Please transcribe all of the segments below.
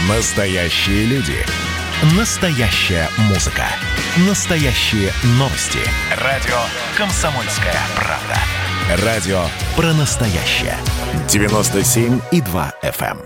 Настоящие люди. Настоящая музыка. Настоящие новости. Радио «Комсомольская правда». Радио про настоящее. 97,2 FM.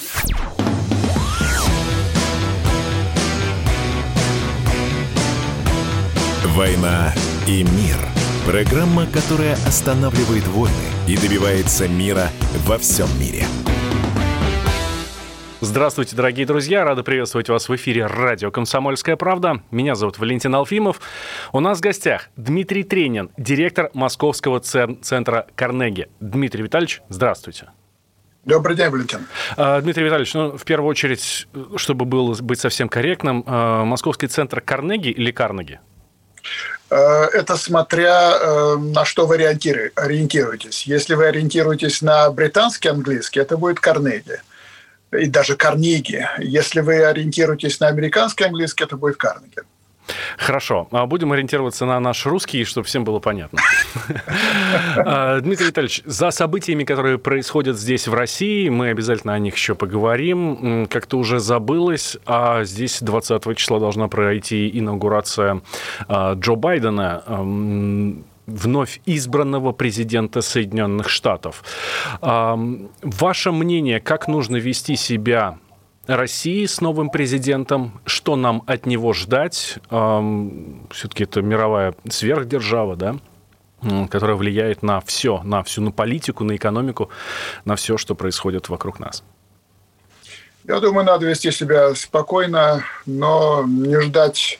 «Война и мир». Программа, которая останавливает войны и добивается мира во всем мире. Здравствуйте, дорогие друзья! Рады приветствовать вас в эфире радио «Комсомольская правда». Меня зовут Валентин Алфимов. У нас в гостях Дмитрий Тренин, директор Московского центра Карнеги. Дмитрий Витальевич, здравствуйте. Добрый день, Валентин. Дмитрий Витальевич, в первую очередь, чтобы быть совсем корректным, Московский центр Карнеги или Карнеги? Это смотря на что вы ориентируетесь. Если вы ориентируетесь на британский английский, это будет Карнеги. И даже Карнеги. Если вы ориентируетесь на американский английский, это будет Карнеги. Хорошо. Будем ориентироваться на наш русский, чтобы всем было понятно. Дмитрий Витальевич, за событиями, которые происходят здесь, в России, мы обязательно о них еще поговорим. Как-то уже забылось, а здесь 20 числа должна пройти инаугурация Джо Байдена, вновь избранного президента Соединенных Штатов. Ваше мнение, как нужно вести себя России с новым президентом? Что нам от него ждать? Все-таки это мировая сверхдержава, да? Которая влияет на все, на политику, на экономику, на все, что происходит вокруг нас. Я думаю, надо вести себя спокойно, но не ждать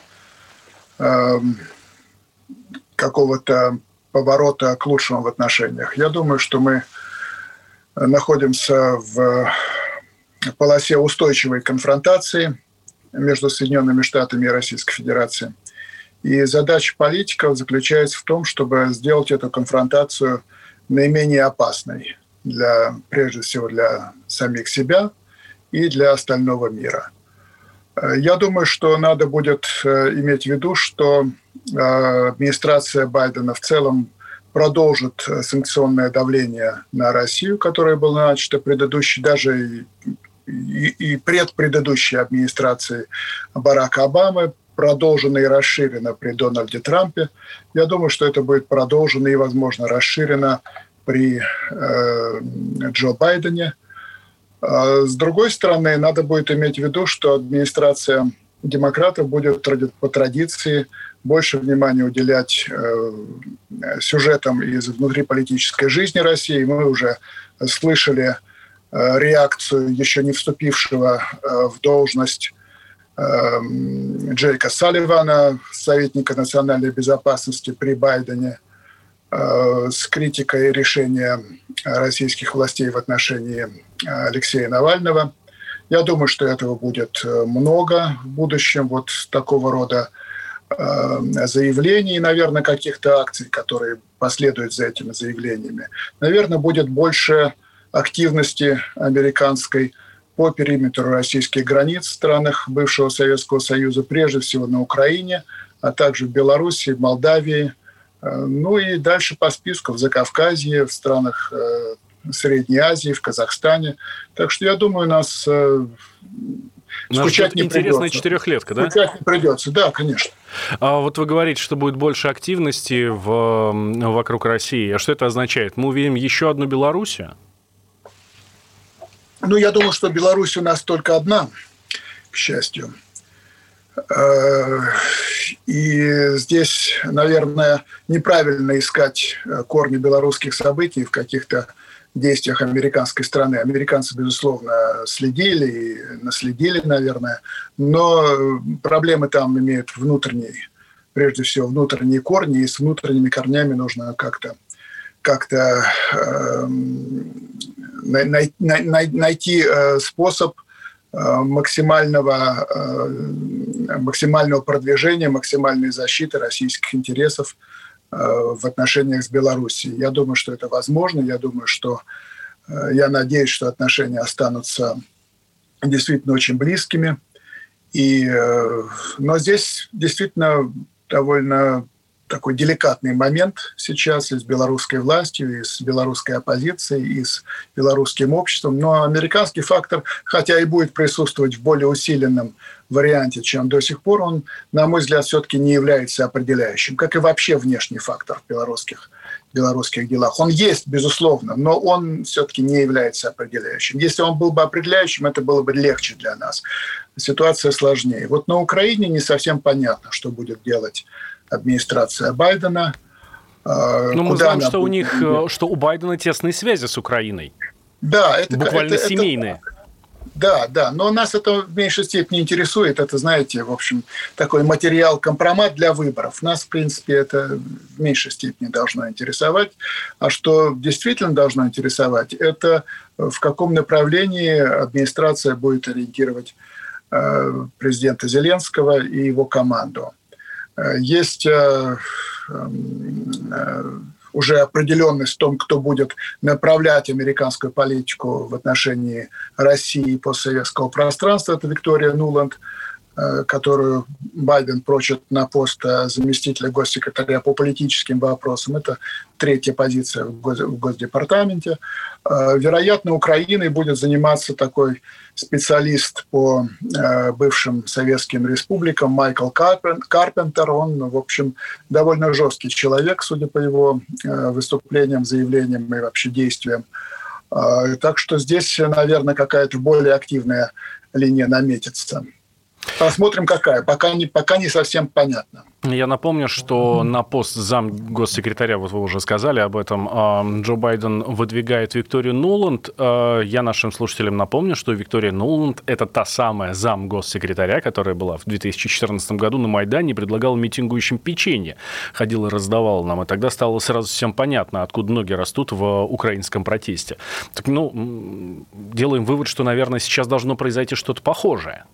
какого-то поворота к лучшему в отношениях. Я думаю, что мы находимся в полосе устойчивой конфронтации между Соединенными Штатами и Российской Федерацией. И задача политиков заключается в том, чтобы сделать эту конфронтацию наименее опасной, прежде всего для самих себя и для остального мира. Я думаю, что надо будет иметь в виду, что администрация Байдена в целом продолжит санкционное давление на Россию, которое было начато предыдущей, даже и предпредыдущей администрацией Барака Обамы, продолжено и расширено при Дональде Трампе. Я думаю, что это будет продолжено и, возможно, расширено при Джо Байдене. С другой стороны, надо будет иметь в виду, что администрация демократов будет по традиции больше внимания уделять сюжетам из внутриполитической жизни России. Мы уже слышали реакцию еще не вступившего в должность Джейка Салливана, советника национальной безопасности при Байдене, с критикой решения российских властей в отношении Алексея Навального. Я думаю, что этого будет много в будущем, вот такого рода заявлений, наверное, каких-то акций, которые последуют за этими заявлениями. Наверное, будет больше активности американской по периметру российских границ в странах бывшего Советского Союза, прежде всего на Украине, а также в Беларуси, в Молдавии, ну и дальше по списку в Закавказье, в странах Средней Азии, в Казахстане. Так что я думаю, нас скучать не придется. Интересная четырехлетка, да? Скучать не придется, да, конечно. А вот вы говорите, что будет больше активности вокруг России. А что это означает? Мы увидим еще одну Белоруссию? Ну, я думаю, что Беларусь у нас только одна, к счастью. И здесь, наверное, неправильно искать корни белорусских событий в каких-то действиях американской страны. Американцы, безусловно, следили и наследили, наверное, но проблемы там имеют прежде всего внутренние корни, и с внутренними корнями нужно как-то найти способ максимального продвижения, максимальной защиты российских интересов в отношениях с Белоруссией. Я думаю, что это возможно. Я надеюсь, что отношения останутся действительно очень близкими. Но здесь действительно довольно такой деликатный момент сейчас и с белорусской властью, и с белорусской оппозицией, и с белорусским обществом. Но американский фактор, хотя и будет присутствовать в более усиленном варианте, чем до сих пор, он, на мой взгляд, все-таки не является определяющим, как и вообще внешний фактор в белорусских делах. Он есть, безусловно, но он все-таки не является определяющим. Если он был бы определяющим, это было бы легче для нас. Ситуация сложнее. Вот на Украине не совсем понятно, что будет делать администрация Байдена. Но мы знаем, что у Байдена тесные связи с Украиной. Да, это буквально семейные. Да, но нас это в меньшей степени интересует. Это, знаете, в общем, такой материал-компромат для выборов. Нас, в принципе, это в меньшей степени должно интересовать. А что действительно должно интересовать, это в каком направлении администрация будет ориентировать президента Зеленского и его команду. Есть уже определенность в том, кто будет направлять американскую политику в отношении России и постсоветского пространства. Это Виктория Нуланд, которую Байден прочит на пост заместителя госсекретаря по политическим вопросам. Это третья позиция в Госдепартаменте. Вероятно, Украиной будет заниматься такой специалист по бывшим советским республикам Майкл Карпентер. Он, в общем, довольно жесткий человек, судя по его выступлениям, заявлениям и вообще действиям. Так что здесь, наверное, какая-то более активная линия наметится. Посмотрим, какая. Пока не совсем понятно. Я напомню, что на пост замгоссекретаря, вот вы уже сказали об этом, Джо Байден выдвигает Викторию Нуланд. Я нашим слушателям напомню, что Виктория Нуланд – это та самая замгоссекретаря, которая была в 2014 году на Майдане и предлагала митингующим печенье. Ходила и раздавала нам, и тогда стало сразу всем понятно, откуда ноги растут в украинском протесте. Так, делаем вывод, что, наверное, сейчас должно произойти что-то похожее.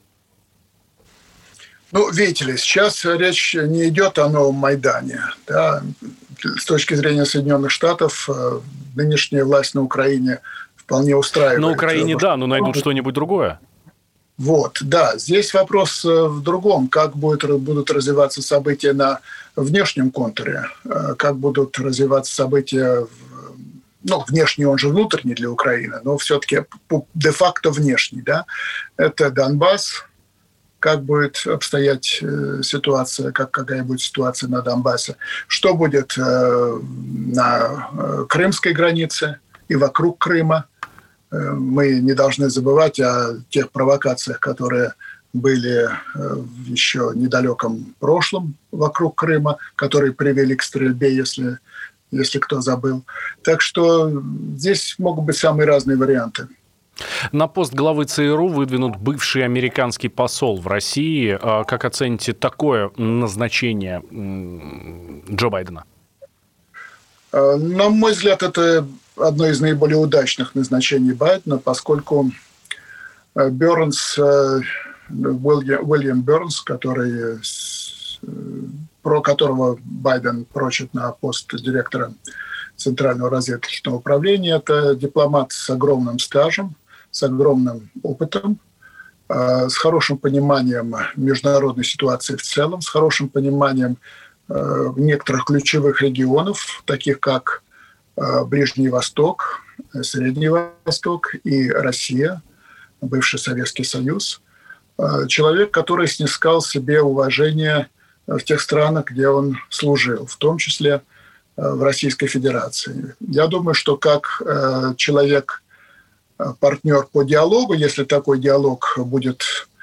Видите ли, сейчас речь не идет о новом Майдане. Да? С точки зрения Соединенных Штатов, нынешняя власть на Украине вполне устраивает. На Украине, да, но найдут что-нибудь другое. Здесь вопрос в другом. Как будут развиваться события на внешнем контуре, как будут развиваться события, внешний, он же внутренний для Украины, но все-таки де-факто внешний. Да? Это Донбасс. Как будет обстоять ситуация, какая будет ситуация на Донбассе, что будет на крымской границе и вокруг Крыма. Мы не должны забывать о тех провокациях, которые были в еще недалеком прошлом вокруг Крыма, которые привели к стрельбе, если кто забыл. Так что здесь могут быть самые разные варианты. На пост главы ЦРУ выдвинут бывший американский посол в России. Как оцените такое назначение Джо Байдена? На мой взгляд, это одно из наиболее удачных назначений Байдена, поскольку Уильям Бернс, про которого Байден прочит на пост директора Центрального разведывательного управления, это дипломат с огромным стажем, с огромным опытом, с хорошим пониманием международной ситуации в целом, с хорошим пониманием некоторых ключевых регионов, таких как Ближний Восток, Средний Восток и Россия, бывший Советский Союз. Человек, который снискал себе уважение в тех странах, где он служил, в том числе в Российской Федерации. Я думаю, что как человек-партнер по диалогу, если такой диалог будет...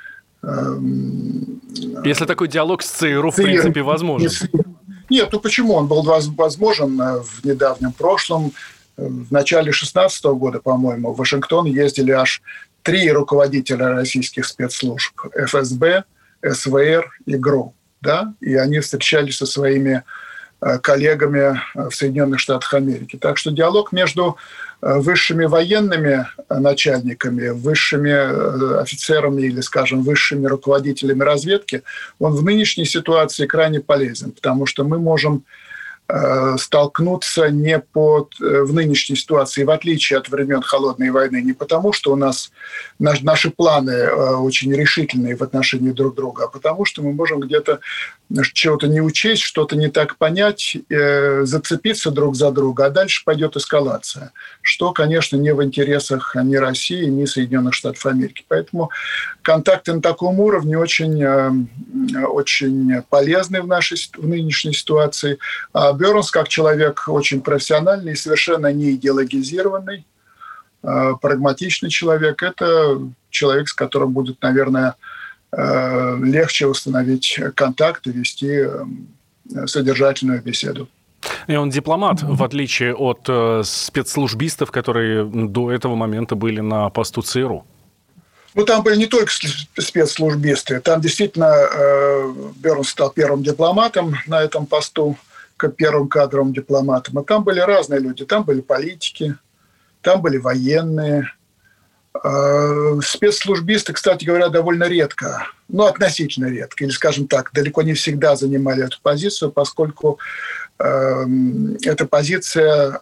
Если такой диалог с ЦРУ, в принципе, возможен. Нет, почему? Он был возможен в недавнем прошлом. В начале 2016 года, по-моему, в Вашингтон ездили аж 3 руководителя российских спецслужб. ФСБ, СВР и ГРУ. Да? И они встречались со своими коллегами в Соединенных Штатах Америки. Так что диалог между высшими военными начальниками, высшими офицерами или, скажем, высшими руководителями разведки, он в нынешней ситуации крайне полезен, потому что мы можем столкнуться в нынешней ситуации, в отличие от времен Холодной войны, не потому, что у нас наши планы очень решительные в отношении друг друга, а потому, что мы можем где-то чего-то не учесть, что-то не так понять, зацепиться друг за друга, а дальше пойдет эскалация, что, конечно, не в интересах ни России, ни Соединенных Штатов Америки. Поэтому контакты на таком уровне очень полезны в нынешней ситуации. Бернс, как человек очень профессиональный и совершенно не идеологизированный, прагматичный человек, это человек, с которым будет, наверное, легче установить контакт и вести содержательную беседу. И он дипломат, в отличие от спецслужбистов, которые до этого момента были на посту ЦРУ. Ну, там были не только спецслужбисты. Там действительно Бернс стал первым дипломатом на этом посту, первым кадровым дипломатом. А там были разные люди. Там были политики, там были военные. Спецслужбисты, кстати говоря, довольно редко, относительно редко, или, скажем так, далеко не всегда занимали эту позицию, поскольку эта позиция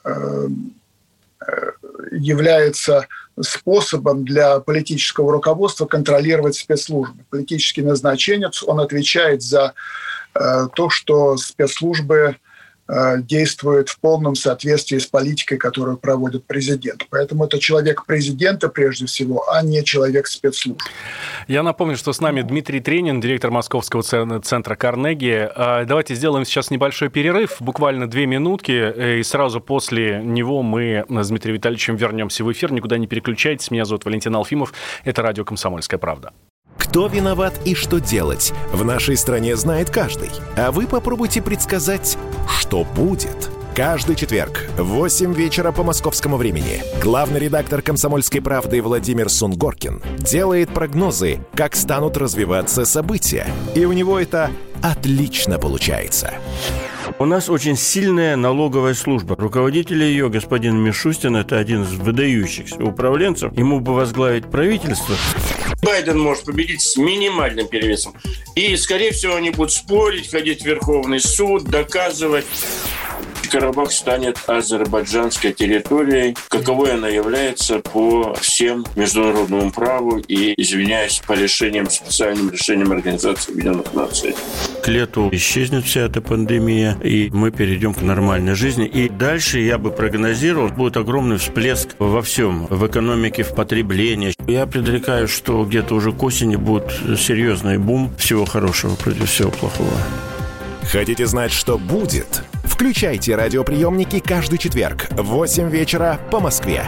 является способом для политического руководства контролировать спецслужбы. Политический назначенец, он отвечает за то, что спецслужбы действуют в полном соответствии с политикой, которую проводит президент. Поэтому это человек президента прежде всего, а не человек спецслужб. Я напомню, что с нами Дмитрий Тренин, директор Московского центра Карнеги. Давайте сделаем сейчас небольшой перерыв, буквально 2 минутки, и сразу после него мы с Дмитрием Витальевичем вернемся в эфир. Никуда не переключайтесь. Меня зовут Валентин Алфимов. Это радио «Комсомольская правда». Кто виноват и что делать, в нашей стране знает каждый. А вы попробуйте предсказать, что будет. Каждый четверг в 8 вечера по московскому времени главный редактор «Комсомольской правды» Владимир Сунгоркин делает прогнозы, как станут развиваться события. И у него это отлично получается. У нас очень сильная налоговая служба. Руководитель ее, господин Мишустин, это один из выдающихся управленцев. Ему бы возглавить правительство. Байден может победить с минимальным перевесом. И, скорее всего, они будут спорить, ходить в Верховный суд, доказывать. Карабах станет азербайджанской территорией, каковой она является по всем международному праву и, извиняюсь, по специальным решениям Организации Объединенных Наций. К лету исчезнет вся эта пандемия, и мы перейдем к нормальной жизни. И дальше, я бы прогнозировал, будет огромный всплеск во всем, в экономике, в потреблении. Я предрекаю, что где-то уже к осени будет серьезный бум всего хорошего против всего плохого. Хотите знать, что будет? Включайте радиоприемники каждый четверг в 8 вечера по Москве.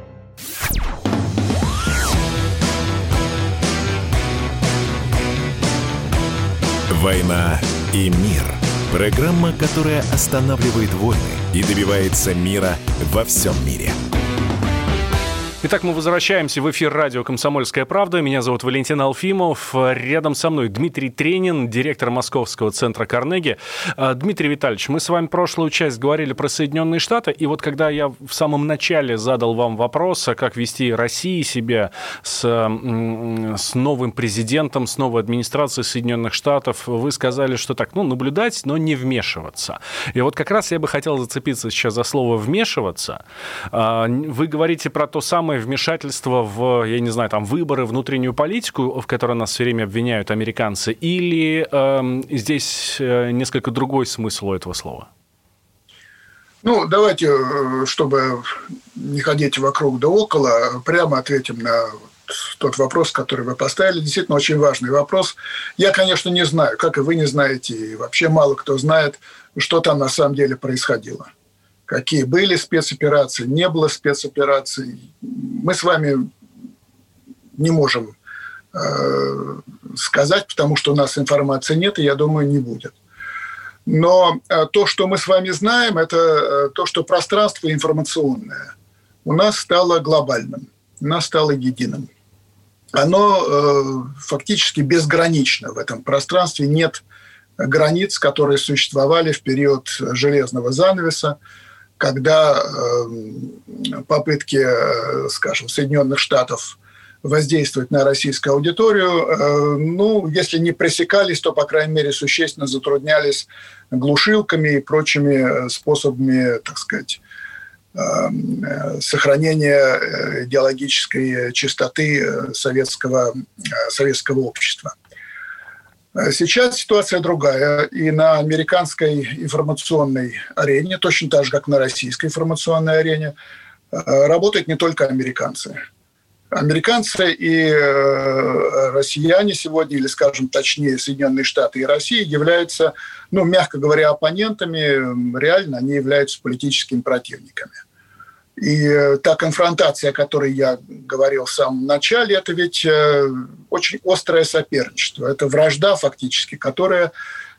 «Война и мир» – программа, которая останавливает войны и добивается мира во всем мире. Итак, мы возвращаемся в эфир радио «Комсомольская правда». Меня зовут Валентин Алфимов. Рядом со мной Дмитрий Тренин, директор Московского центра Карнеги. Дмитрий Витальевич, мы с вами прошлую часть говорили про Соединенные Штаты. И вот когда я в самом начале задал вам вопрос, а как вести России себя с новым президентом, с новой администрацией Соединенных Штатов, вы сказали, что так, наблюдать, но не вмешиваться. И вот как раз я бы хотел зацепиться сейчас за слово «вмешиваться». Вы говорите про то самое вмешательство в, я не знаю, выборы, внутреннюю политику, в которой нас все время обвиняют американцы, или здесь несколько другой смысл у этого слова? Давайте, чтобы не ходить вокруг да около, прямо ответим на тот вопрос, который вы поставили. Действительно, очень важный вопрос. Я, конечно, не знаю, как и вы не знаете, и вообще мало кто знает, что там на самом деле происходило. Какие были спецоперации, не было спецопераций. Мы с вами не можем сказать, потому что у нас информации нет, и, я думаю, не будет. Но то, что мы с вами знаем, это то, что пространство информационное у нас стало глобальным, у нас стало единым. Оно фактически безгранично в этом пространстве. Нет границ, которые существовали в период железного занавеса, когда попытки, скажем, Соединенных Штатов воздействовать на российскую аудиторию, если не пресекались, то, по крайней мере, существенно затруднялись глушилками и прочими способами, так сказать, сохранения идеологической чистоты советского общества. Сейчас ситуация другая. И на американской информационной арене, точно так же, как на российской информационной арене, работают не только американцы. Американцы и россияне сегодня, или, скажем точнее, Соединенные Штаты и Россия являются, мягко говоря, оппонентами, реально они являются политическими противниками. И та конфронтация, о которой я говорил в самом начале, это ведь очень острое соперничество. Это вражда фактически, которая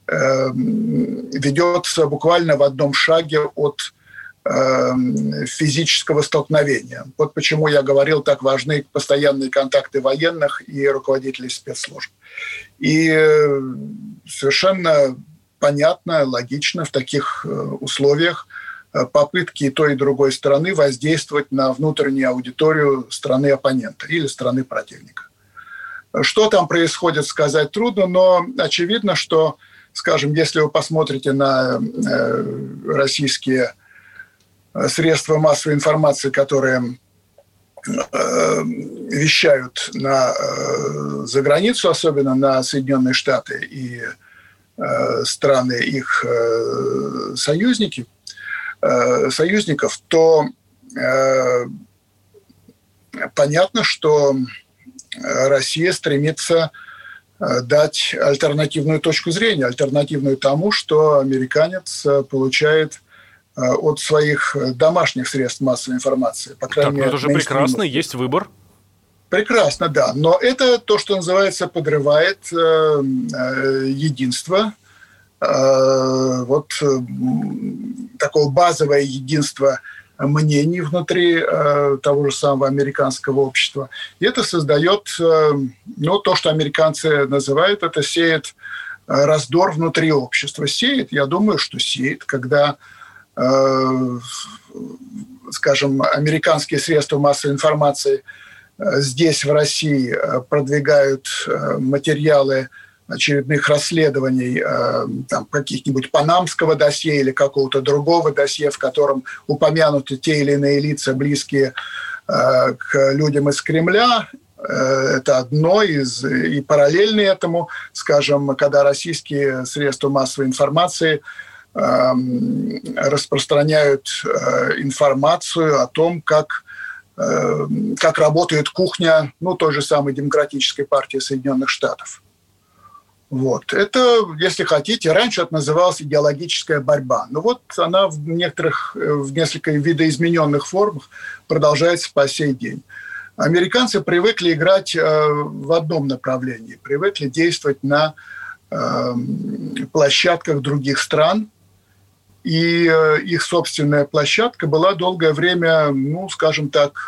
ведется буквально в одном шаге от физического столкновения. Вот почему я говорил, так важны постоянные контакты военных и руководителей спецслужб. И совершенно понятно, логично в таких условиях попытки той и другой стороны воздействовать на внутреннюю аудиторию страны оппонента или страны противника. Что там происходит, сказать трудно, но очевидно, что, скажем, если вы посмотрите на российские средства массовой информации, которые вещают за границу, особенно на Соединенные Штаты и страны их союзников, то понятно, что Россия стремится дать альтернативную точку зрения, альтернативную тому, что американец получает от своих домашних средств массовой информации. По крайней мере, это же прекрасно, есть выбор. Прекрасно, да. Но это то, что называется, подрывает единство. Такое базовое единство мнений внутри того же самого американского общества. И это создает, то, что американцы называют, это сеет раздор внутри общества. Сеет, я думаю, что сеет, когда скажем, американские средства массовой информации здесь, в России, продвигают материалы очередных расследований каких-нибудь панамского досье или какого-то другого досье, в котором упомянуты те или иные лица, близкие к людям из Кремля. Это одно из... И параллельно этому, скажем, когда российские средства массовой информации распространяют информацию о том, как работает кухня той же самой Демократической партии Соединенных Штатов. Вот. Это, если хотите, раньше это называлось идеологическая борьба. Но вот она в несколько видоизмененных формах продолжается по сей день. Американцы привыкли играть в одном направлении, привыкли действовать на площадках других стран, и их собственная площадка была долгое время, скажем так,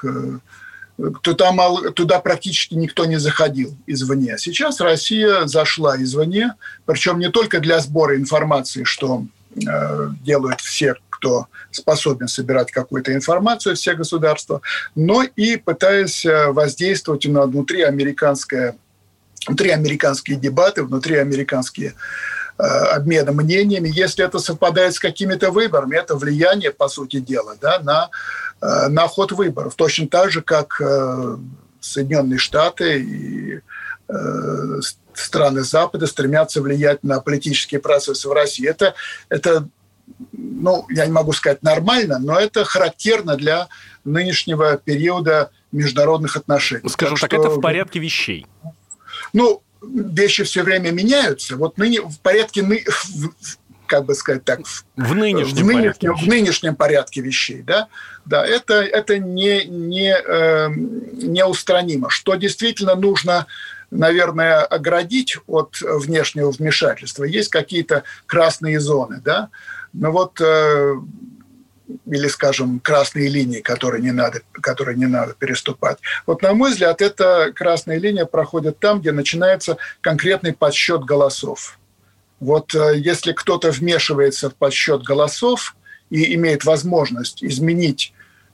туда практически никто не заходил извне. Сейчас Россия зашла извне, причем не только для сбора информации, что делают все, кто способен собирать какую-то информацию, все государства, но и пытаясь воздействовать на внутриамериканские дебаты, внутриамериканские обмена мнениями. Если это совпадает с какими-то выборами, это влияние, по сути дела, на ход выборов. Точно так же, как Соединенные Штаты и страны Запада стремятся влиять на политические процессы в России. Это я не могу сказать нормально, но это характерно для нынешнего периода международных отношений. Скажем так, это в порядке вещей. Вещи все время меняются. Вот в порядке, как бы сказать так, в нынешнем порядке вещей, да, это неустранимо. Что действительно нужно, наверное, оградить от внешнего вмешательства. Есть какие-то красные зоны, да, или, скажем, красные линии, которые не надо переступать. Вот, на мой взгляд, эта красная линия проходит там, где начинается конкретный подсчет голосов. Вот если кто-то вмешивается в подсчет голосов и имеет возможность изменить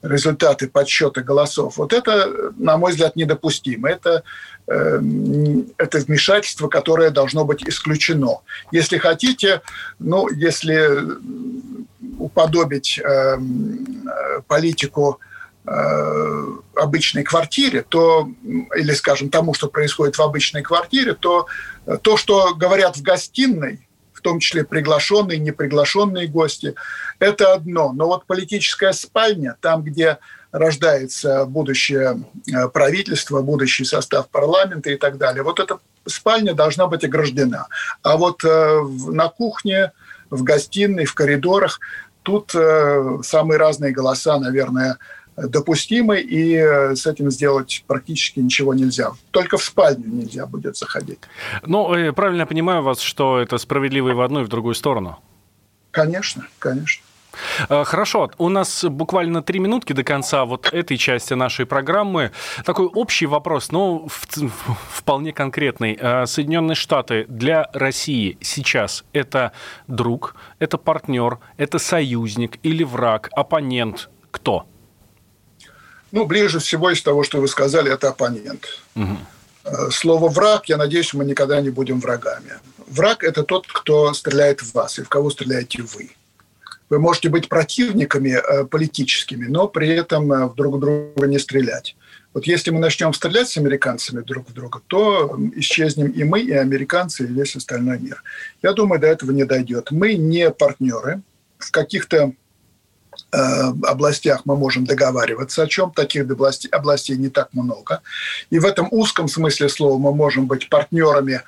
результаты подсчета голосов. Вот это, на мой взгляд, недопустимо. Это вмешательство, которое должно быть исключено. Если хотите, если уподобить политику обычной квартире, или, скажем, тому, что происходит в обычной квартире, то, что говорят в гостиной, в том числе приглашенные, неприглашенные гости, это одно. Но вот политическая спальня, там, где рождается будущее правительство, будущий состав парламента и так далее, вот эта спальня должна быть ограждена. А вот на кухне, в гостиной, в коридорах, тут самые разные голоса, наверное, допустимы, и с этим сделать практически ничего нельзя. Только в спальню нельзя будет заходить. Правильно я понимаю вас, что это справедливо и в одну, и в другую сторону? Конечно, конечно. Хорошо, у нас буквально 3 минутки до конца вот этой части нашей программы. Такой общий вопрос, но вполне конкретный. Соединенные Штаты для России сейчас это друг, это партнер, это союзник или враг, оппонент? Кто? Ближе всего из того, что вы сказали, это оппонент. Угу. Слово «враг», я надеюсь, мы никогда не будем врагами. Враг – это тот, кто стреляет в вас и в кого стреляете вы. Вы можете быть противниками политическими, но при этом в друг друга не стрелять. Вот если мы начнем стрелять с американцами друг в друга, то исчезнем и мы, и американцы, и весь остальной мир. Я думаю, до этого не дойдет. Мы не партнеры. В каких-то областях мы можем договариваться о чем. Таких областей не так много. И в этом узком смысле слова мы можем быть партнерами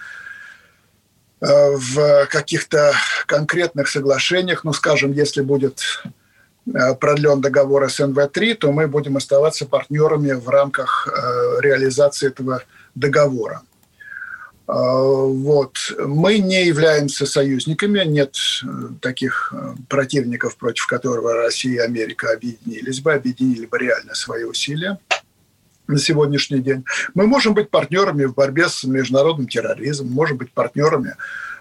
в каких-то конкретных соглашениях. Скажем, если будет продлен договор СНВ-3, то мы будем оставаться партнерами в рамках реализации этого договора. Мы не являемся союзниками, нет таких противников, против которого Россия и Америка объединили бы реально свои усилия на сегодняшний день. Мы можем быть партнерами в борьбе с международным терроризмом, можем быть партнерами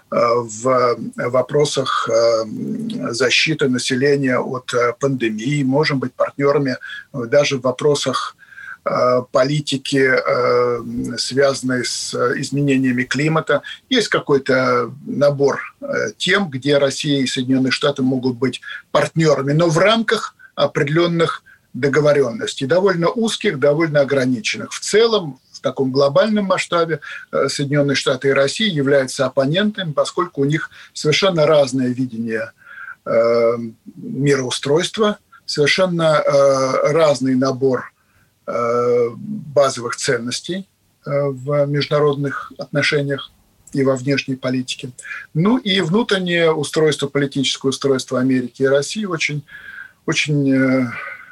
в вопросах защиты населения от пандемии, можем быть партнерами даже в вопросах политики, связанной с изменениями климата. Есть какой-то набор тем, где Россия и Соединенные Штаты могут быть партнерами, но в рамках определенных договоренностей, довольно узких, довольно ограниченных. В целом, в таком глобальном масштабе Соединенные Штаты и Россия являются оппонентами, поскольку у них совершенно разное видение мироустройства, совершенно разный набор базовых ценностей в международных отношениях и во внешней политике. И внутреннее устройство, политическое устройство Америки и России очень, очень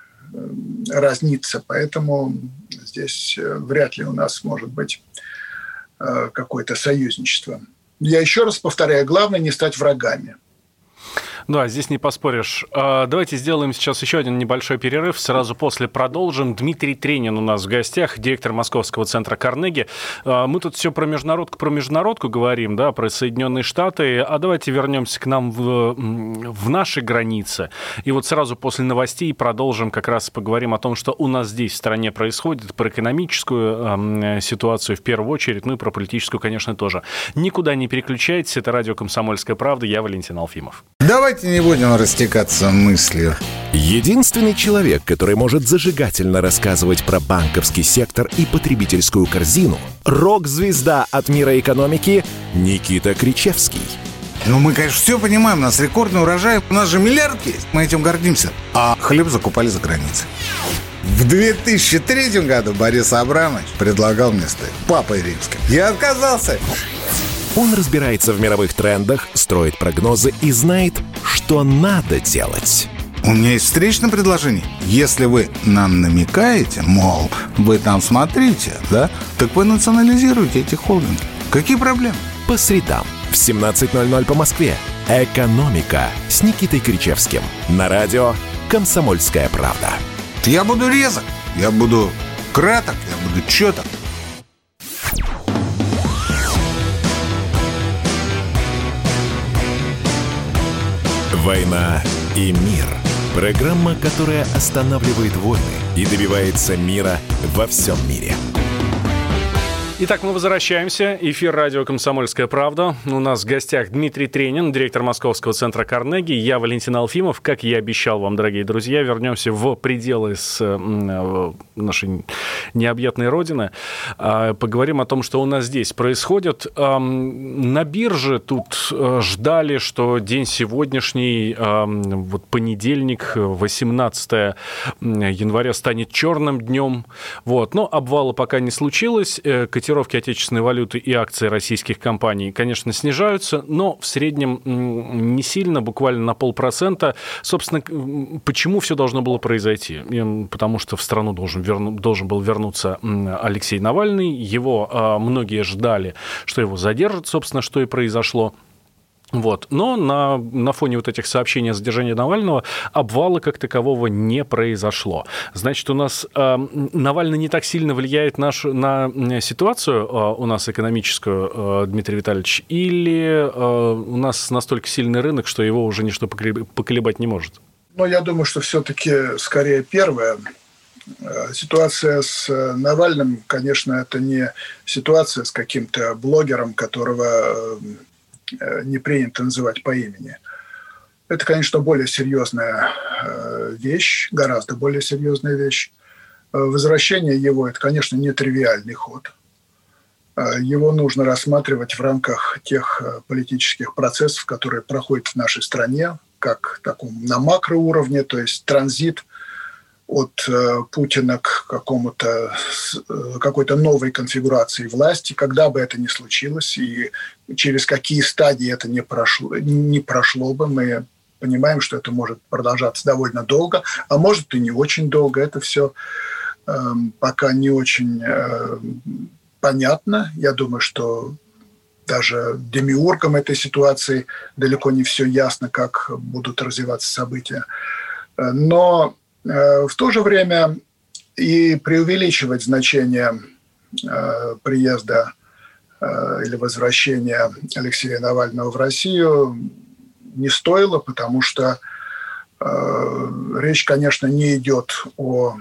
разнится. Поэтому здесь вряд ли у нас может быть какое-то союзничество. Я еще раз повторяю, главное не стать врагами. Да, здесь не поспоришь. Давайте сделаем сейчас еще один небольшой перерыв. Сразу после продолжим. Дмитрий Тренин у нас в гостях, директор Московского центра Карнеги. Мы тут все про международку говорим, да, про Соединенные Штаты. А давайте вернемся к нам в наши границы. И вот сразу после новостей продолжим, как раз поговорим о том, что у нас здесь в стране происходит, про экономическую ситуацию в первую очередь, и про политическую, конечно, тоже. Никуда не переключайтесь. Это радио «Комсомольская правда». Я Валентин Алфимов. Давайте не будем растекаться мыслью. Единственный человек, который может зажигательно рассказывать про банковский сектор и потребительскую корзину – рок-звезда от мира экономики Никита Кричевский. Мы, конечно, все понимаем, у нас рекордный урожай, у нас же миллиард есть, мы этим гордимся. А хлеб закупали за границей. В 2003 году Борис Абрамович предлагал мне стать папой римским. Я отказался. Он разбирается в мировых трендах, строит прогнозы и знает, что надо делать. У меня есть встречное предложение. Если вы нам намекаете, мол, вы там смотрите, да, так вы национализируете эти холдинги. Какие проблемы? По средам в 17:00 по Москве. «Экономика» с Никитой Кричевским. На радио «Комсомольская правда». Я буду резок, я буду краток, я буду чёток. «Война и мир». Программа, которая останавливает войны и добивается мира во всем мире. Итак, мы возвращаемся. Эфир радио «Комсомольская правда». У нас в гостях Дмитрий Тренин, директор Московского центра Карнеги. Я Валентин Алфимов. Как я обещал вам, дорогие друзья, вернемся в пределы с нашей необъятной родины. Поговорим о том, что у нас здесь происходит. На бирже тут ждали, что день сегодняшний, вот понедельник, 18 января, станет черным днем. Вот. Но обвала пока не случилось. Котировки отечественной валюты и акций российских компаний, конечно, снижаются, но в среднем не сильно, буквально на 0,5%. Собственно, почему все должно было произойти? Потому что в страну должен был вернуться Алексей Навальный. Его многие ждали, что его задержат, собственно, что и произошло. Вот. Но на фоне вот этих сообщений о задержании Навального обвала как такового не произошло. Значит, у нас Навальный не так сильно влияет на ситуацию у нас экономическую, Дмитрий Витальевич, или у нас настолько сильный рынок, что его уже ничто поколебать не может? Ну, я думаю, что все-таки скорее первое. Ситуация с Навальным, конечно, это не ситуация с каким-то блогером, которого не принято называть по имени. Это, конечно, более серьезная вещь, гораздо более серьезная вещь. Возвращение его – это, конечно, не тривиальный ход. Его нужно рассматривать в рамках тех политических процессов, которые проходят в нашей стране, как таком на макроуровне, то есть транзит от Путина к какой-то новой конфигурации власти, когда бы это ни случилось, и через какие стадии это не прошло бы, мы понимаем, что это может продолжаться довольно долго, а может и не очень долго. Это все пока не очень понятно. Я думаю, что даже демиургам этой ситуации далеко не все ясно, как будут развиваться события. Но в то же время и преувеличивать значение приезда или возвращения Алексея Навального в Россию не стоило, потому что речь, конечно, не идет о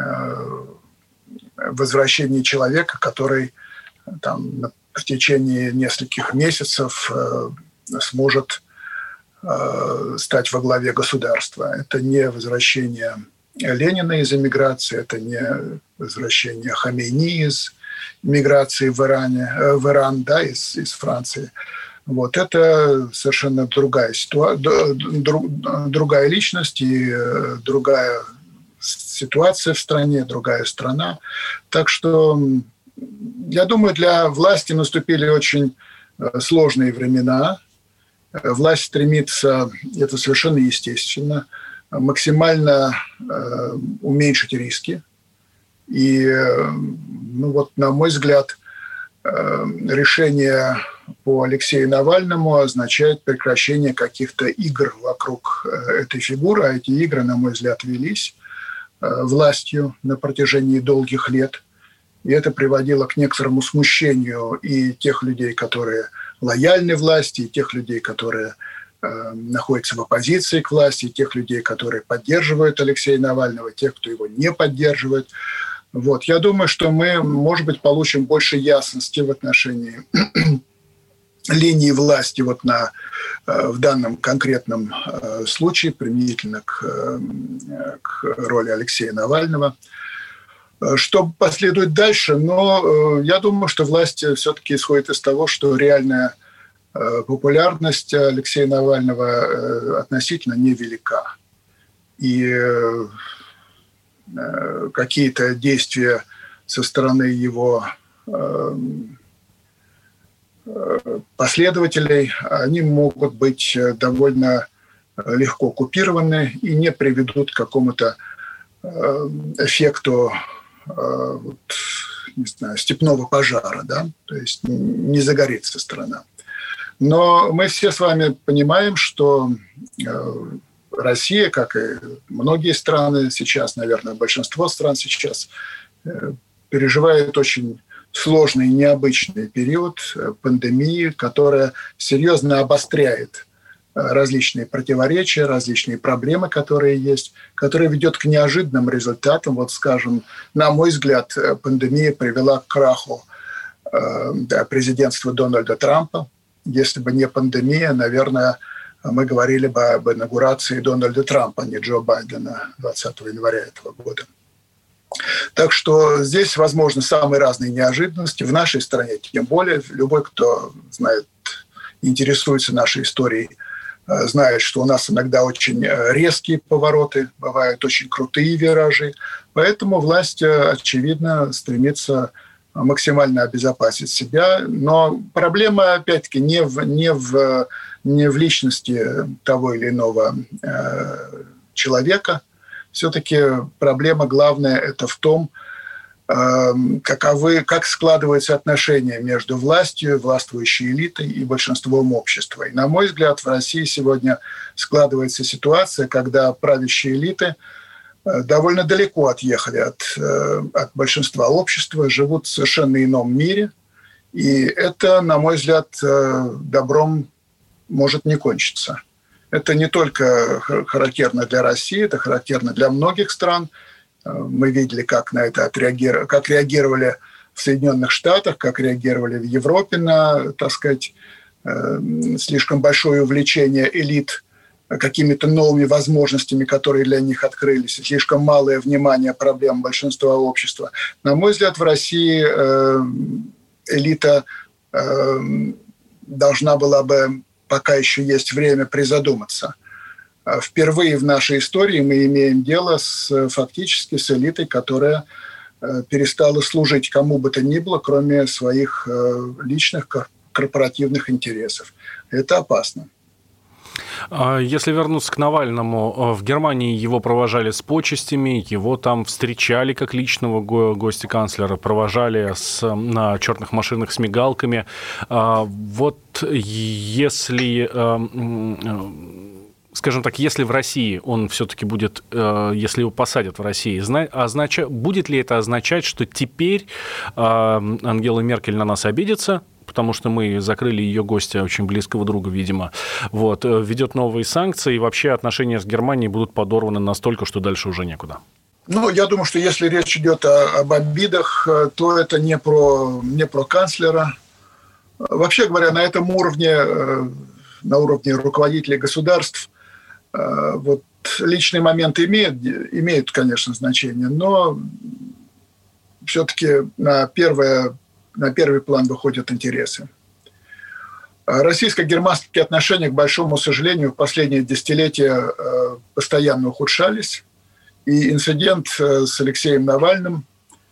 возвращении человека, который там, в течение нескольких месяцев сможет стать во главе государства. Это не возвращение Ленина из эмиграции, это не возвращение Хамейни из эмиграции в Иран, да, из Франции. Вот. Это совершенно другая другая личность и другая ситуация в стране, другая страна. Так что, я думаю, для власти наступили очень сложные времена. Власть стремится, это совершенно естественно, максимально уменьшить риски. И, ну вот, на мой взгляд, решение по Алексею Навальному означает прекращение каких-то игр вокруг этой фигуры. А эти игры, на мой взгляд, велись властью на протяжении долгих лет. И это приводило к некоторому смущению и тех людей, которые лояльны власти, и тех людей, которые находятся в оппозиции к власти, и тех людей, которые поддерживают Алексея Навального, тех, кто его не поддерживает. Вот. Я думаю, что мы, может быть, получим больше ясности в отношении линии власти вот в данном конкретном случае, применительно к роли Алексея Навального. Что последует дальше? Но я думаю, что власть все-таки исходит из того, что реальная популярность Алексея Навального относительно невелика. И какие-то действия со стороны его последователей, они могут быть довольно легко купированы и не приведут к какому-то эффекту, не знаю, степного пожара, да, то есть не загорится страна. Но мы все с вами понимаем, что Россия, как и многие страны сейчас, наверное, большинство стран сейчас переживает очень сложный и необычный период пандемии, которая серьезно обостряет различные противоречия, различные проблемы, которые есть, которые ведет к неожиданным результатам. Вот, скажем, на мой взгляд, пандемия привела к краху президентства Дональда Трампа. Если бы не пандемия, наверное, мы говорили бы об инаугурации Дональда Трампа, а не Джо Байдена 20 января этого года. Так что здесь возможны самые разные неожиданности. В нашей стране тем более. Любой, кто знает, интересуется нашей историей, знает, что у нас иногда очень резкие повороты, бывают очень крутые виражи. Поэтому власть, очевидно, стремится максимально обезопасить себя. Но проблема, опять-таки, не в личности того или иного человека. Все-таки проблема главная – это в том, как складываются отношения между властью, властвующей элитой и большинством общества. И, на мой взгляд, в России сегодня складывается ситуация, когда правящие элиты довольно далеко отъехали от большинства общества, живут в совершенно ином мире. И это, на мой взгляд, добром может не кончиться. Это не только характерно для России, это характерно для многих стран. Мы видели, как на это реагировали в Соединенных Штатах, как реагировали в Европе на, так сказать, слишком большое увлечение элит какими-то новыми возможностями, которые для них открылись, слишком малое внимание проблемам большинства общества. На мой взгляд, в России элита должна была бы, пока еще есть время, призадуматься. Впервые в нашей истории мы имеем дело фактически с элитой, которая перестала служить кому бы то ни было, кроме своих личных корпоративных интересов. Это опасно. Если вернуться к Навальному, в Германии его провожали с почестями, его там встречали как личного гостя канцлера, провожали на черных машинах с мигалками. Вот если... Скажем так, если в России он все-таки будет, если его посадят в России, будет ли это означать, что теперь Ангела Меркель на нас обидится, потому что мы закрыли ее гостя, очень близкого друга, видимо, введет новые санкции, и вообще отношения с Германией будут подорваны настолько, что дальше уже некуда? Я думаю, что если речь идет об обидах, то это не про канцлера. Вообще говоря, на этом уровне, на уровне руководителей государств, личные моменты имеют, конечно, значение, но все-таки на первый план выходят интересы. Российско-германские отношения, к большому сожалению, в последние десятилетия постоянно ухудшались. И инцидент с Алексеем Навальным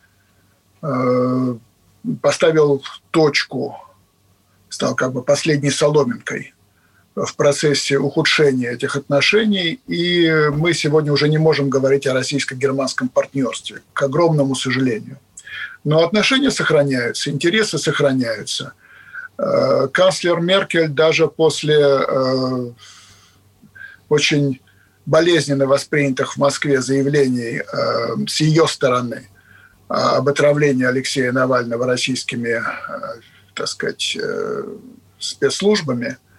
поставил точку, стал последней соломинкой в процессе ухудшения этих отношений, и мы сегодня уже не можем говорить о российско-германском партнерстве, к огромному сожалению. Но отношения сохраняются, интересы сохраняются. Канцлер Меркель даже после очень болезненно воспринятых в Москве заявлений с ее стороны об отравлении Алексея Навального российскими, так сказать, спецслужбами,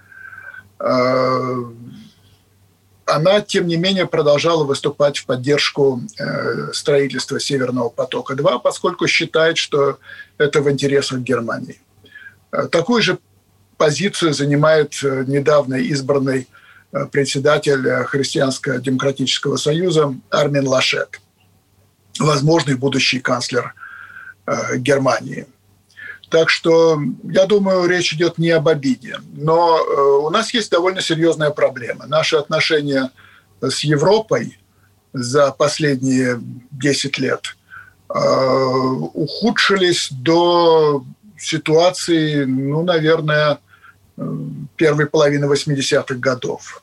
она, тем не менее, продолжала выступать в поддержку строительства «Северного потока-2», поскольку считает, что это в интересах Германии. Такую же позицию занимает недавно избранный председатель Христианско-демократического союза Армин Лашет, возможный будущий канцлер Германии. Так что, я думаю, речь идет не об обиде. Но у нас есть довольно серьезная проблема. Наши отношения с Европой за последние 10 лет ухудшились до ситуации, наверное, первой половины 80-х годов.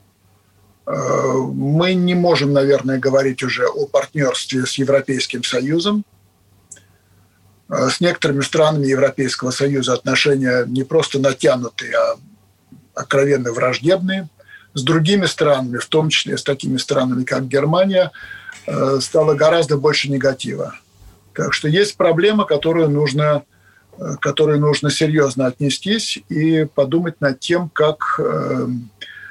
Мы не можем, наверное, говорить уже о партнерстве с Европейским Союзом. С некоторыми странами Европейского Союза отношения не просто натянутые, а откровенно враждебные. С другими странами, в том числе с такими странами, как Германия, стало гораздо больше негатива. Так что есть проблема, к которой нужно серьезно отнестись и подумать над тем, как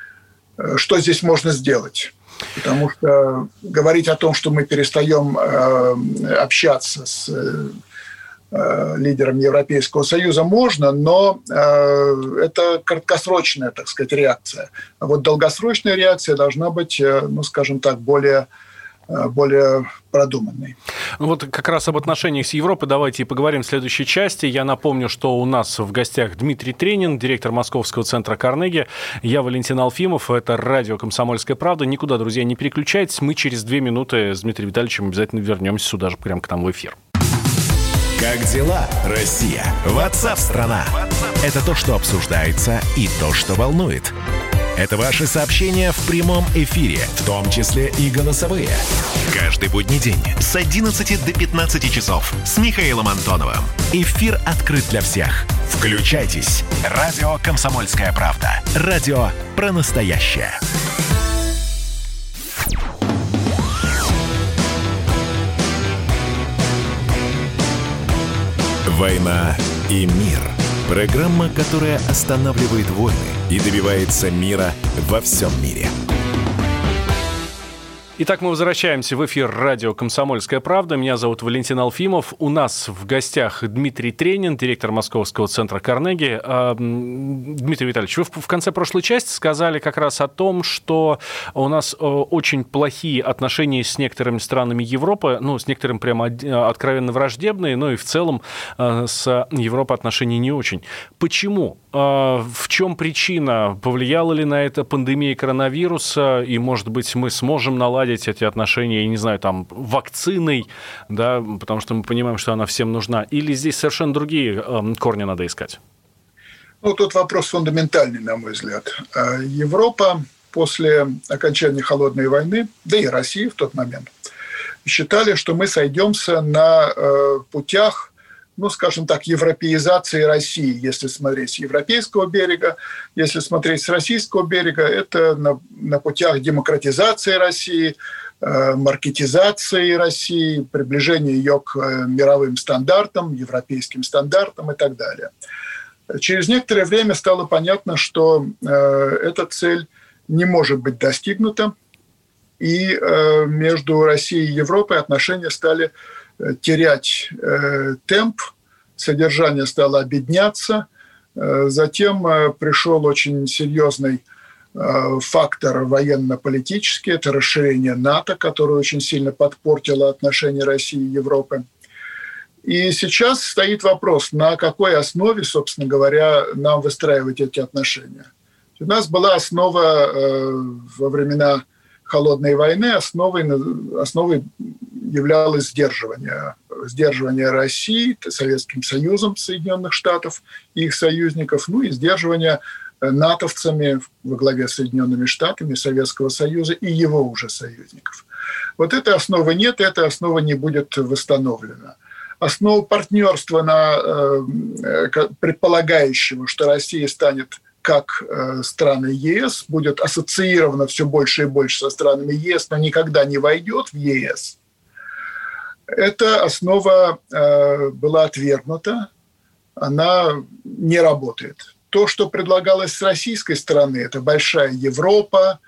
что здесь можно сделать. Потому что говорить о том, что мы перестаем общаться с лидером Европейского Союза можно, но это краткосрочная, так сказать, реакция. А вот долгосрочная реакция должна быть, ну, скажем так, более продуманной. Вот как раз об отношениях с Европой давайте и поговорим в следующей части. Я напомню, что у нас в гостях Дмитрий Тренин, директор Московского центра Карнеги. Я Валентин Алфимов. Это радио «Комсомольская правда». Никуда, друзья, не переключайтесь. Мы через 2 минуты с Дмитрием Витальевичем обязательно вернемся сюда же, прямо к нам в эфир. Как дела, Россия? Ватсап-страна! Это то, что обсуждается, и то, что волнует. Это ваши сообщения в прямом эфире, в том числе и голосовые. Каждый будний день с 11 до 15 часов с Михаилом Антоновым. Эфир открыт для всех. Включайтесь. Радио «Комсомольская правда». Радио про настоящее. «Война и мир». Программа, которая останавливает войны и добивается мира во всем мире. Итак, мы возвращаемся в эфир радио «Комсомольская правда». Меня зовут Валентин Алфимов. У нас в гостях Дмитрий Тренин, директор Московского центра Карнеги. Дмитрий Витальевич, вы в конце прошлой части сказали как раз о том, что у нас очень плохие отношения с некоторыми странами Европы, ну, с некоторыми прямо откровенно враждебные, но и в целом с Европой отношения не очень. Почему? В чем причина? Повлияла ли на это пандемия коронавируса? И, может быть, мы сможем наладить эти отношения, я не знаю, там, вакциной, да, потому что мы понимаем, что она всем нужна. Или здесь совершенно другие корни надо искать? Ну, тут вопрос фундаментальный, на мой взгляд. Европа после окончания Холодной войны, да и Россия в тот момент, считали, что мы сойдемся на путях, ну, скажем так, европеизации России, если смотреть с европейского берега, если смотреть с российского берега, это на путях демократизации России, маркетизации России, приближения ее к мировым стандартам, европейским стандартам и так далее. Через некоторое время стало понятно, что эта цель не может быть достигнута, и между Россией и Европой отношения стали терять темп, содержание стало обедняться. Затем пришел очень серьезный фактор военно-политический, это расширение НАТО, которое очень сильно подпортило отношения России и Европы. И сейчас стоит вопрос, на какой основе, собственно говоря, нам выстраивать эти отношения. У нас была основа во времена Холодной войны, основой являлось сдерживание России, Советским Союзом, Соединенных Штатов и их союзников, ну и сдерживание натовцами во главе с Соединенными Штатами, Советского Союза и его уже союзников. Вот этой основы нет, и эта основа не будет восстановлена. Основа партнерства, предполагающего, что Россия станет как страны ЕС, будет ассоциирована все больше и больше со странами ЕС, но никогда не войдет в ЕС. Эта основа была отвергнута, она не работает. То, что предлагалось с российской стороны, это большая Европа,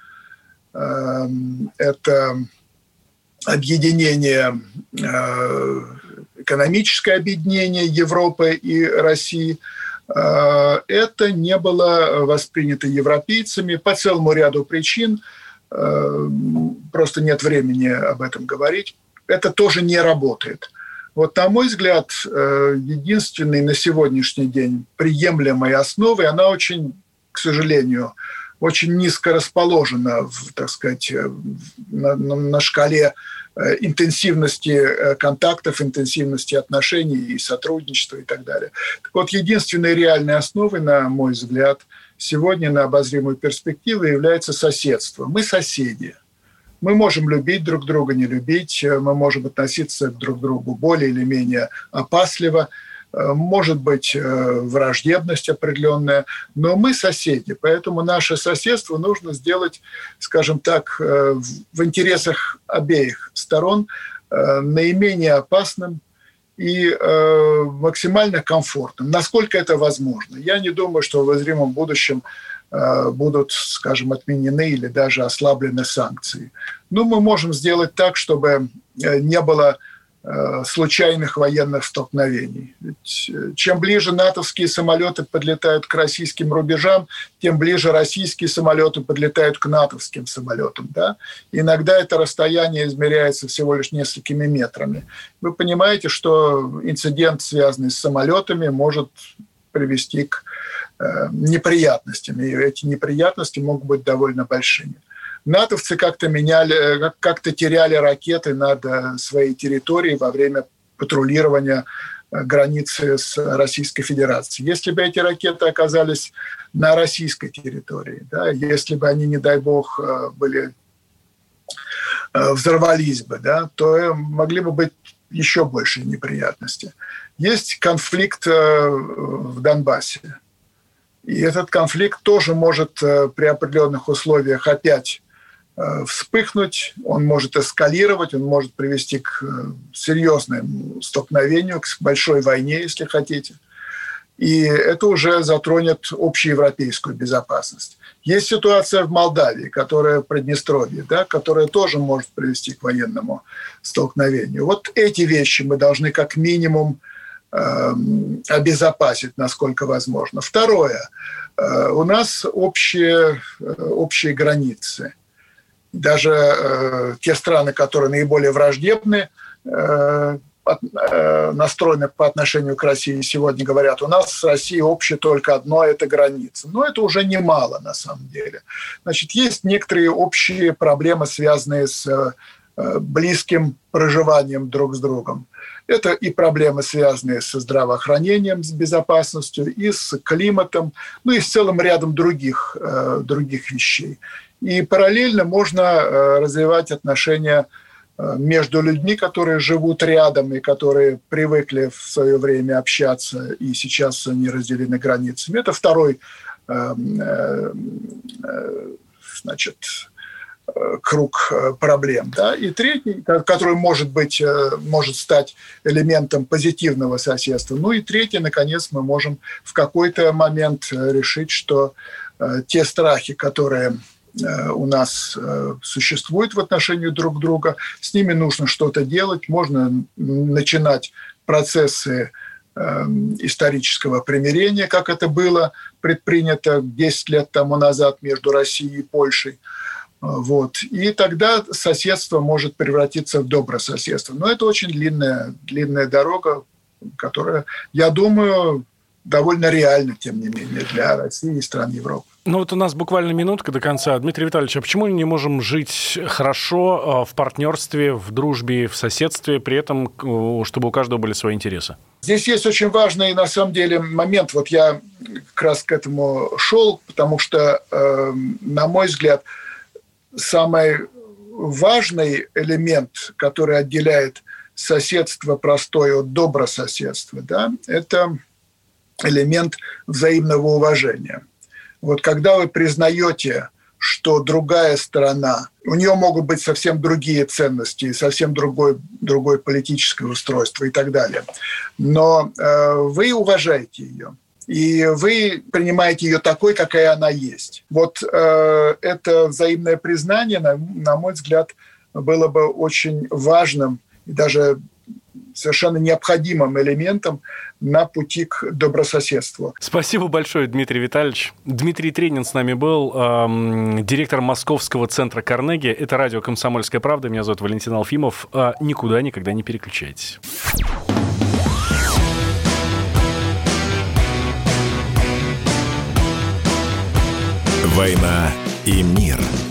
это объединение, экономическое объединение Европы и России, это не было воспринято европейцами по целому ряду причин, просто нет времени об этом говорить. Это тоже не работает. Вот, на мой взгляд, единственной на сегодняшний день приемлемой основой, она очень, к сожалению, очень низко расположена, так сказать, на шкале интенсивности контактов, интенсивности отношений и сотрудничества и так далее. Так вот, единственной реальной основой, на мой взгляд, сегодня на обозримую перспективу является соседство. Мы соседи. Мы можем любить друг друга, не любить, мы можем относиться друг к другу более или менее опасливо, может быть враждебность определенная, но мы соседи, поэтому наше соседство нужно сделать, скажем так, в интересах обеих сторон наименее опасным и максимально комфортным, насколько это возможно. Я не думаю, что в обозримом будущем будут, скажем, отменены или даже ослаблены санкции. Ну, мы можем сделать так, чтобы не было случайных военных столкновений. Ведь чем ближе натовские самолеты подлетают к российским рубежам, тем ближе российские самолеты подлетают к натовским самолетам. Да? Иногда это расстояние измеряется всего лишь несколькими метрами. Вы понимаете, что инцидент, связанный с самолетами, может привести к неприятностям. И эти неприятности могут быть довольно большими. Натовцы как-то теряли ракеты над своей территорией во время патрулирования границы с Российской Федерацией. Если бы эти ракеты оказались на российской территории, да, если бы они, не дай бог, взорвались бы, да, то могли бы быть еще большие неприятности. Есть конфликт в Донбассе. И этот конфликт тоже может при определенных условиях опять вспыхнуть, он может эскалировать, он может привести к серьезному столкновению, к большой войне, если хотите. И это уже затронет общеевропейскую безопасность. Есть ситуация в Молдавии, которая в Приднестровье, да, которая тоже может привести к военному столкновению. Вот эти вещи мы должны как минимум обезопасить, насколько возможно. Второе. У нас общие границы. Даже те страны, которые наиболее враждебны, настроены по отношению к России, сегодня говорят, у нас с Россией общее только одно – это граница. Но это уже немало на самом деле. Значит, есть некоторые общие проблемы, связанные с близким проживанием друг с другом. Это и проблемы, связанные со здравоохранением, с безопасностью, и с климатом, ну и с целым рядом других вещей. И параллельно можно развивать отношения между людьми, которые живут рядом и которые привыкли в свое время общаться, и сейчас они разделены границами. Это второй, круг проблем. Да? И третий, который может стать элементом позитивного соседства. Ну и третий, наконец, мы можем в какой-то момент решить, что те страхи, которые у нас существуют в отношении друг друга, с ними нужно что-то делать, можно начинать процессы исторического примирения, как это было предпринято 10 лет тому назад между Россией и Польшей. Вот. И тогда соседство может превратиться в добрососедство. Но это очень длинная дорога, которая, я думаю, довольно реальна, тем не менее, для России и стран Европы. Ну вот у нас буквально минутка до конца. Дмитрий Витальевич, а почему мы не можем жить хорошо в партнерстве, в дружбе, в соседстве, при этом, чтобы у каждого были свои интересы? Здесь есть очень важный, на самом деле, момент. Вот я как раз к этому шел, потому что, на мой взгляд, самый важный элемент, который отделяет соседство простое от добрососедства, да, это элемент взаимного уважения. Вот когда вы признаете, что другая сторона, у нее могут быть совсем другие ценности, совсем другое политическое устройство и так далее, но вы уважаете ее. И вы принимаете ее такой, какая она есть. Вот это взаимное признание, на мой взгляд, было бы очень важным и даже совершенно необходимым элементом на пути к добрососедству. Спасибо большое, Дмитрий Витальевич. Дмитрий Тренин с нами был, директор Московского центра Карнеги. Это радио «Комсомольская правда». Меня зовут Валентин Алфимов. Никуда никогда не переключайтесь. «Война и мир».